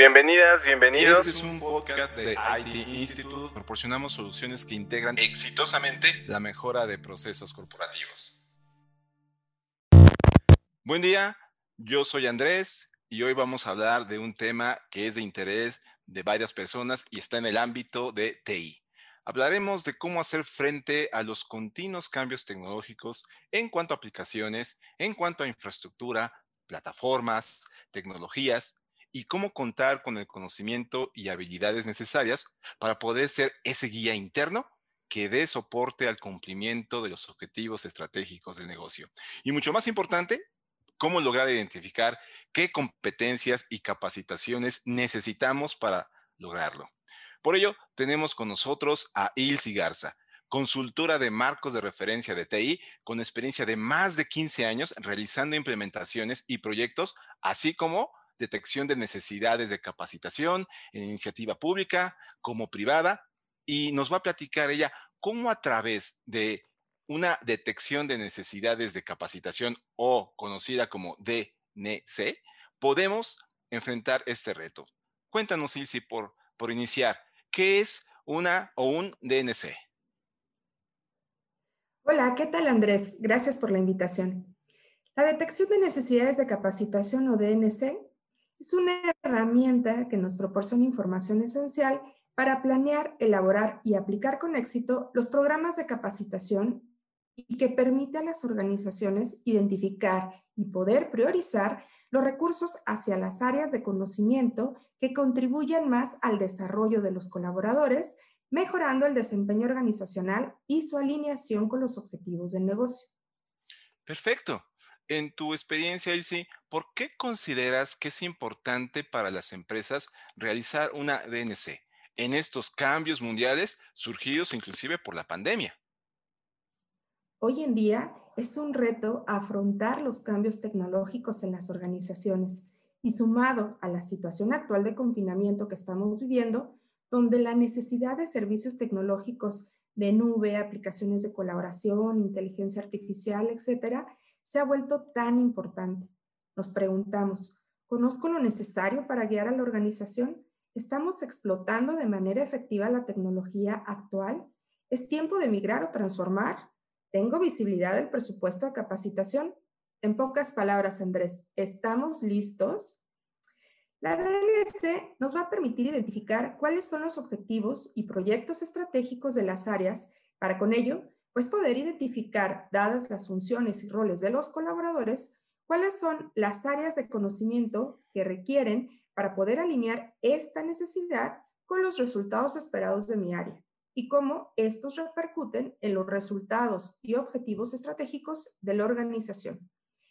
Bienvenidas, bienvenidos. Este es un podcast de IT Institute. Proporcionamos soluciones que integran exitosamente la mejora de procesos corporativos. Buen día, yo soy Andrés y hoy vamos a hablar de un tema que es de interés de varias personas y está en el ámbito de TI. Hablaremos de cómo hacer frente a los continuos cambios tecnológicos en cuanto a aplicaciones, en cuanto a infraestructura, plataformas, tecnologías y cómo contar con el conocimiento y habilidades necesarias para poder ser ese guía interno que dé soporte al cumplimiento de los objetivos estratégicos del negocio. Y mucho más importante, cómo lograr identificar qué competencias y capacitaciones necesitamos para lograrlo. Por ello, tenemos con nosotros a Ilse Garza, consultora de marcos de referencia de TI, con experiencia de más de 15 años realizando implementaciones y proyectos, así como detección de necesidades de capacitación en iniciativa pública como privada, y nos va a platicar ella cómo a través de una detección de necesidades de capacitación o conocida como DNC, podemos enfrentar este reto. Cuéntanos, Ilse, por iniciar, ¿qué es una o un DNC? Hola, ¿qué tal Andrés? Gracias por la invitación. La detección de necesidades de capacitación o DNC es una herramienta que nos proporciona información esencial para planear, elaborar y aplicar con éxito los programas de capacitación y que permite a las organizaciones identificar y poder priorizar los recursos hacia las áreas de conocimiento que contribuyen más al desarrollo de los colaboradores, mejorando el desempeño organizacional y su alineación con los objetivos del negocio. Perfecto. En tu experiencia, Ilse, ¿por qué consideras que es importante para las empresas realizar una DNC en estos cambios mundiales surgidos inclusive por la pandemia? Hoy en día es un reto afrontar los cambios tecnológicos en las organizaciones y sumado a la situación actual de confinamiento que estamos viviendo, donde la necesidad de servicios tecnológicos de nube, aplicaciones de colaboración, inteligencia artificial, etcétera, se ha vuelto tan importante. Nos preguntamos, ¿conozco lo necesario para guiar a la organización? ¿Estamos explotando de manera efectiva la tecnología actual? ¿Es tiempo de migrar o transformar? ¿Tengo visibilidad del presupuesto de capacitación? En pocas palabras, Andrés, ¿estamos listos? La DLC nos va a permitir identificar cuáles son los objetivos y proyectos estratégicos de las áreas para con ello, pues poder identificar, dadas las funciones y roles de los colaboradores, cuáles son las áreas de conocimiento que requieren para poder alinear esta necesidad con los resultados esperados de mi área y cómo estos repercuten en los resultados y objetivos estratégicos de la organización.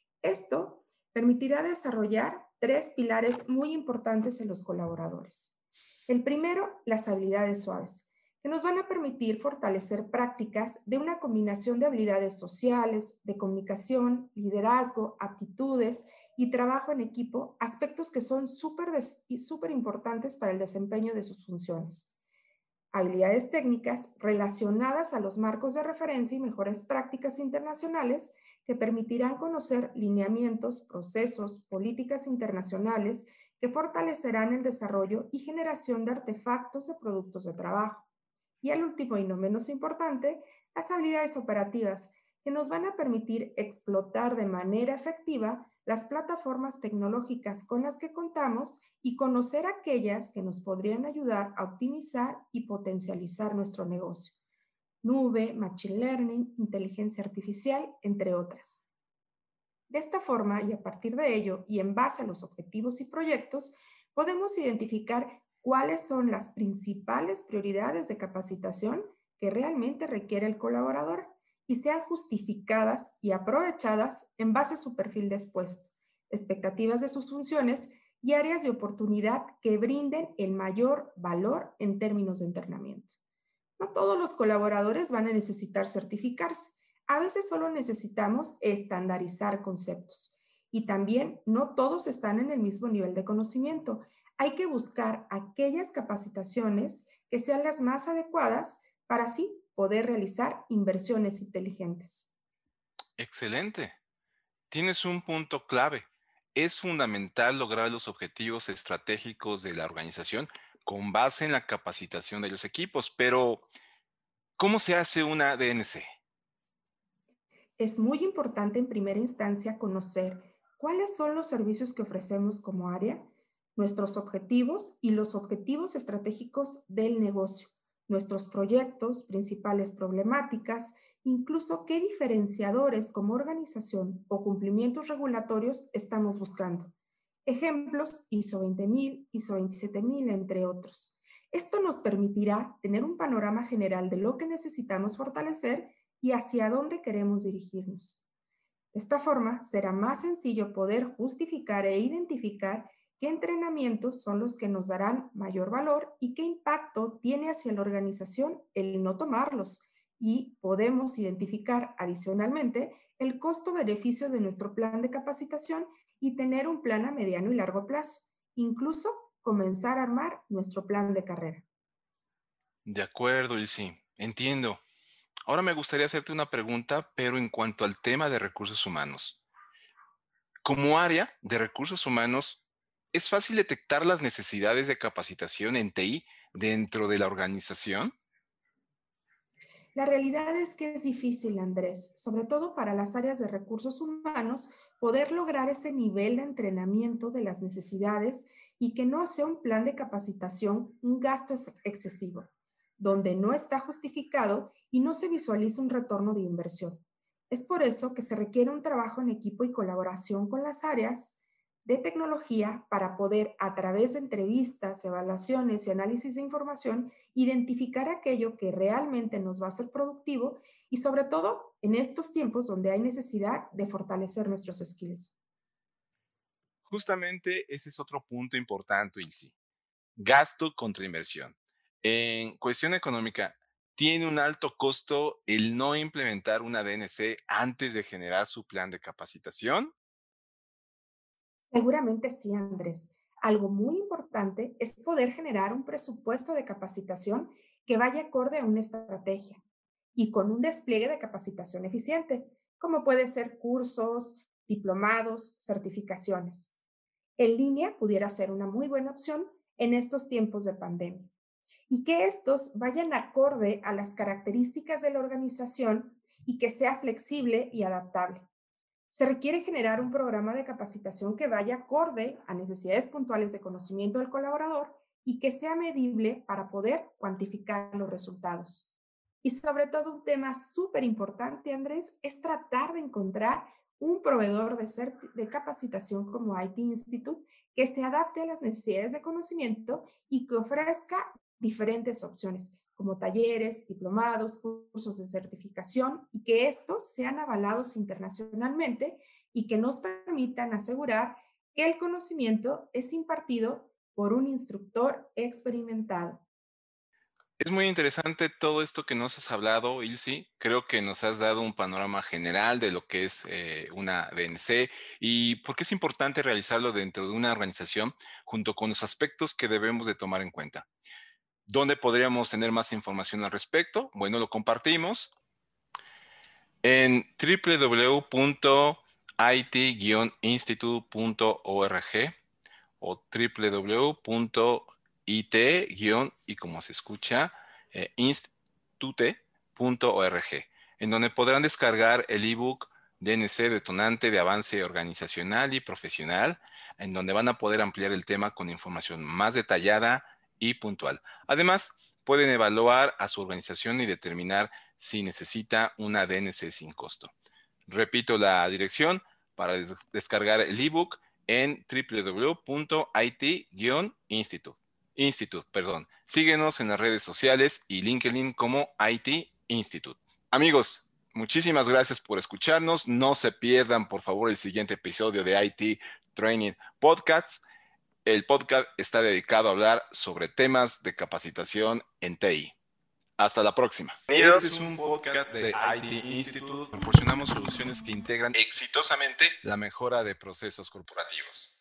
Esto permitirá desarrollar tres pilares muy importantes en los colaboradores. El primero, las habilidades suaves, que nos van a permitir fortalecer prácticas de una combinación de habilidades sociales, de comunicación, liderazgo, aptitudes y trabajo en equipo, aspectos que son súper importantes para el desempeño de sus funciones. Habilidades técnicas relacionadas a los marcos de referencia y mejores prácticas internacionales que permitirán conocer lineamientos, procesos, políticas internacionales que fortalecerán el desarrollo y generación de artefactos de productos de trabajo. Y al último y no menos importante, las habilidades operativas que nos van a permitir explotar de manera efectiva las plataformas tecnológicas con las que contamos y conocer aquellas que nos podrían ayudar a optimizar y potencializar nuestro negocio. Nube, Machine Learning, inteligencia artificial, entre otras. De esta forma, y a partir de ello, y en base a los objetivos y proyectos, podemos identificar cuáles son las principales prioridades de capacitación que realmente requiere el colaborador y sean justificadas y aprovechadas en base a su perfil de expuesto, expectativas de sus funciones y áreas de oportunidad que brinden el mayor valor en términos de entrenamiento. No todos los colaboradores van a necesitar certificarse. A veces solo necesitamos estandarizar conceptos. Y también no todos están en el mismo nivel de conocimiento. Hay que buscar aquellas capacitaciones que sean las más adecuadas para así poder realizar inversiones inteligentes. Excelente. Tienes un punto clave. es fundamental lograr los objetivos estratégicos de la organización con base en la capacitación de los equipos, pero ¿cómo se hace una DNC? Es muy importante en primera instancia conocer cuáles son los servicios que ofrecemos como área, nuestros objetivos y los objetivos estratégicos del negocio, nuestros proyectos, principales problemáticas, incluso qué diferenciadores como organización o cumplimientos regulatorios estamos buscando. Ejemplos, ISO 20000, ISO 27000, entre otros. Esto nos permitirá tener un panorama general de lo que necesitamos fortalecer y hacia dónde queremos dirigirnos. De esta forma, será más sencillo poder justificar e identificar qué entrenamientos son los que nos darán mayor valor y qué impacto tiene hacia la organización el no tomarlos. Y podemos identificar adicionalmente el costo-beneficio de nuestro plan de capacitación y tener un plan a mediano y largo plazo. Incluso comenzar a armar nuestro plan de carrera. De acuerdo, Ilse, entiendo. Ahora me gustaría hacerte una pregunta, pero en cuanto al tema de recursos humanos. Como área de recursos humanos, ¿es fácil detectar las necesidades de capacitación en TI dentro de la organización? La realidad es que es difícil, Andrés, sobre todo para las áreas de recursos humanos, poder lograr ese nivel de entrenamiento de las necesidades y que no sea un plan de capacitación un gasto excesivo, donde no está justificado y no se visualiza un retorno de inversión. Es por eso que se requiere un trabajo en equipo y colaboración con las áreas de tecnología para poder, a través de entrevistas, evaluaciones y análisis de información, identificar aquello que realmente nos va a ser productivo y sobre todo en estos tiempos donde hay necesidad de fortalecer nuestros skills. Justamente ese es otro punto importante, Ilse. Gasto contra inversión. En cuestión económica, ¿tiene un alto costo el no implementar una DNC antes de generar su plan de capacitación? Seguramente sí, Andrés. Algo muy importante es poder generar un presupuesto de capacitación que vaya acorde a una estrategia y con un despliegue de capacitación eficiente, como puede ser cursos, diplomados, certificaciones. En línea pudiera ser una muy buena opción en estos tiempos de pandemia y que estos vayan acorde a las características de la organización y que sea flexible y adaptable. Se requiere generar un programa de capacitación que vaya acorde a necesidades puntuales de conocimiento del colaborador y que sea medible para poder cuantificar los resultados. Y sobre todo un tema súper importante, Andrés, es tratar de encontrar un proveedor de capacitación como IT Institute que se adapte a las necesidades de conocimiento y que ofrezca diferentes opciones, como talleres, diplomados, cursos de certificación, y que estos sean avalados internacionalmente y que nos permitan asegurar que el conocimiento es impartido por un instructor experimentado. Es muy interesante todo esto que nos has hablado, Ilse. Creo que nos has dado un panorama general de lo que es una DNC y por qué es importante realizarlo dentro de una organización junto con los aspectos que debemos de tomar en cuenta. ¿Dónde podríamos tener más información al respecto? Bueno, lo compartimos en www.it-institute.org o www.it- y como se escucha, institute.org, en donde podrán descargar el ebook DNC Detonante de Avance Organizacional y Profesional, en donde van a poder ampliar el tema con información más detallada y puntual. Además, pueden evaluar a su organización y determinar si necesita una DNC sin costo. Repito la dirección para descargar el ebook en www.it-institute. Síguenos en las redes sociales y LinkedIn como IT Institute. Amigos, muchísimas gracias por escucharnos. No se pierdan, por favor, el siguiente episodio de IT Training Podcasts. El podcast está dedicado a hablar sobre temas de capacitación en TI. Hasta la próxima. Este es un podcast de IT Institute. Proporcionamos soluciones que integran exitosamente la mejora de procesos corporativos.